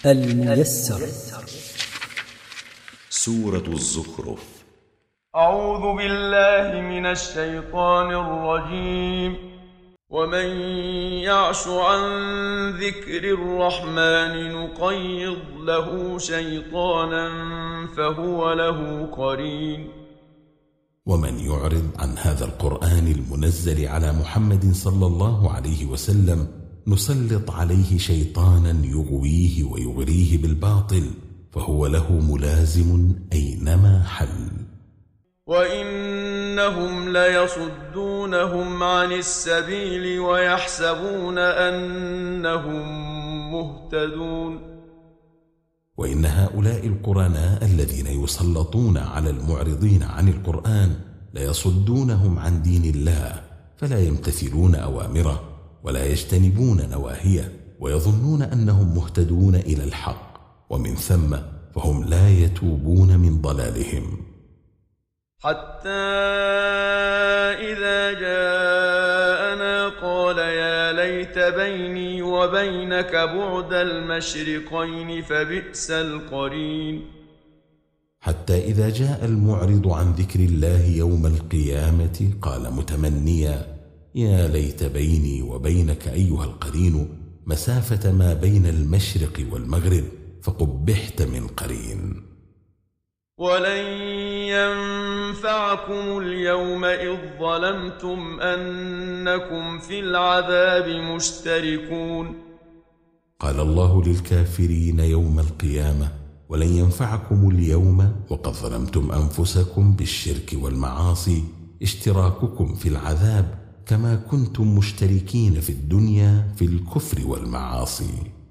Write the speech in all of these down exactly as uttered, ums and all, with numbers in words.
الميسر. سورة الزخرف. أعوذ بالله من الشيطان الرجيم. ومن يعش عن ذكر الرحمن نقيض له شيطانا فهو له قرين. ومن يعرض عن هذا القرآن المنزل على محمد صلى الله عليه وسلم نسلط عليه شيطانا يغويه ويغريه بالباطل فهو له ملازم أينما حل. وإنهم ليصدونهم عن السبيل ويحسبون أنهم مهتدون. وإن هؤلاء القرناء الذين يسلطون على المعرضين عن القرآن ليصدونهم عن دين الله فلا يمتثلون أوامره ولا يجتنبون نواهيه ويظنون أنهم مهتدون إلى الحق، ومن ثم فهم لا يتوبون من ضلالهم. حتى إذا جاءنا قال يا ليت بيني وبينك بعد المشرقين فبئس القرين. حتى إذا جاء المعرض عن ذكر الله يوم القيامة قال متمنيا يا ليت بيني وبينك أيها القرين مسافة ما بين المشرق والمغرب فقبحت من قرين. ولن ينفعكم اليوم إذ ظلمتم أنكم في العذاب مشتركون. قال الله للكافرين يوم القيامة ولن ينفعكم اليوم وقد ظلمتم أنفسكم بالشرك والمعاصي اشتراككم في العذاب كما كنتم مشتركين في الدنيا في الكفر والمعاصي.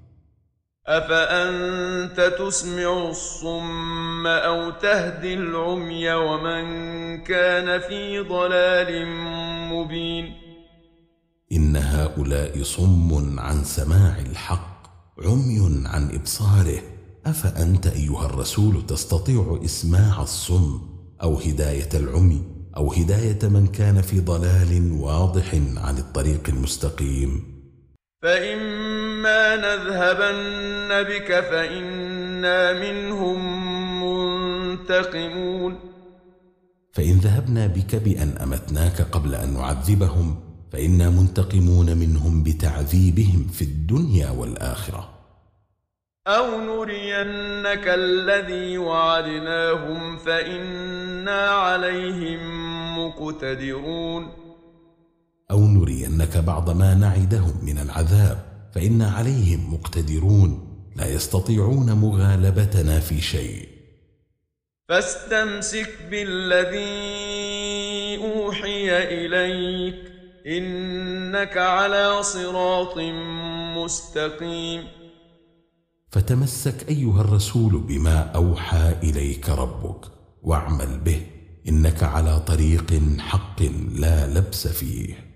أفأنت تسمع الصم أو تهدي العمي ومن كان في ضلال مبين. إن هؤلاء صم عن سماع الحق عمي عن إبصاره، أفأنت أيها الرسول تستطيع إسماع الصم أو هداية العمي أو هداية من كان في ضلال واضح عن الطريق المستقيم؟ فإما نذهبن بك فإنا منهم منتقمون. فإن ذهبنا بك بأن أمتناك قبل أن نعذبهم فإنا منتقمون منهم بتعذيبهم في الدنيا والآخرة. أو نرينك الذي وعدناهم فإنا عليهم مقتدرون. أو نرينك بعض ما نعدهم من العذاب فإنا عليهم مقتدرون لا يستطيعون مغالبتنا في شيء. فاستمسك بالذي أوحي إليك إنك على صراط مستقيم. فتمسك أيها الرسول بما أوحى إليك ربك واعمل به إنك على طريق حق لا لبس فيه.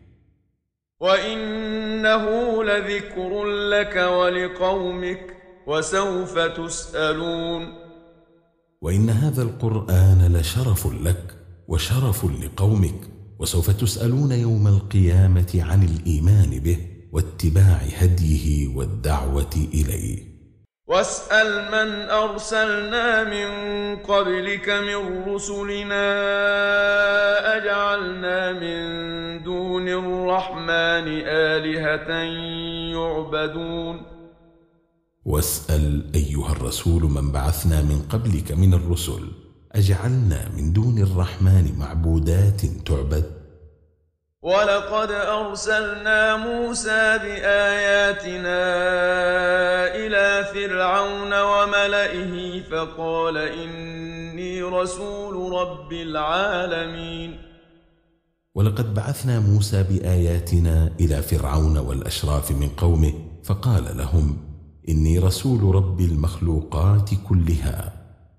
وإنه لذكر لك ولقومك وسوف تسألون. وإن هذا القرآن لشرف لك وشرف لقومك وسوف تسألون يوم القيامة عن الإيمان به واتباع هديه والدعوة إليه. واسأل من أرسلنا من قبلك من رسلنا أجعلنا من دون الرحمن آلهة يعبدون. واسأل أيها الرسول من بعثنا من قبلك من الرسل أجعلنا من دون الرحمن معبودات تعبد. ولقد أرسلنا موسى بآياتنا إلى فرعون وملئه فقال إني رسول رب العالمين. ولقد بعثنا موسى بآياتنا إلى فرعون والأشراف من قومه فقال لهم إني رسول رب المخلوقات كلها.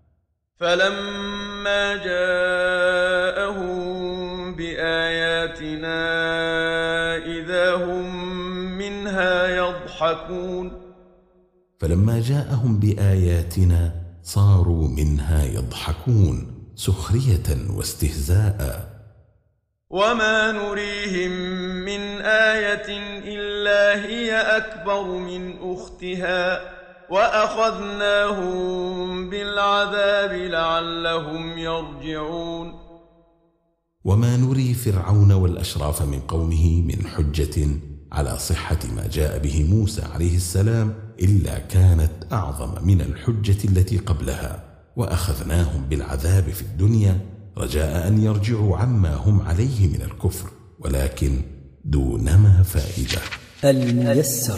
فلما جاءهم بآياتنا إذا هم منها يضحكون. فلما جاءهم بآياتنا صاروا منها يضحكون سخرية واستهزاء. وما نريهم من آية إلا هي أكبر من أختها وأخذناهم بالعذاب لعلهم يرجعون وما نري فرعون والأشراف من قومه من حجة على صحة ما جاء به موسى عليه السلام إلا كانت أعظم من الحجة التي قبلها، وأخذناهم بالعذاب في الدنيا رجاء أن يرجعوا عما هم عليه من الكفر، ولكن دونما فائدة. الميسر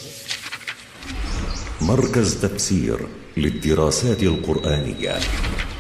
مركز تفسير للدراسات القرآنية.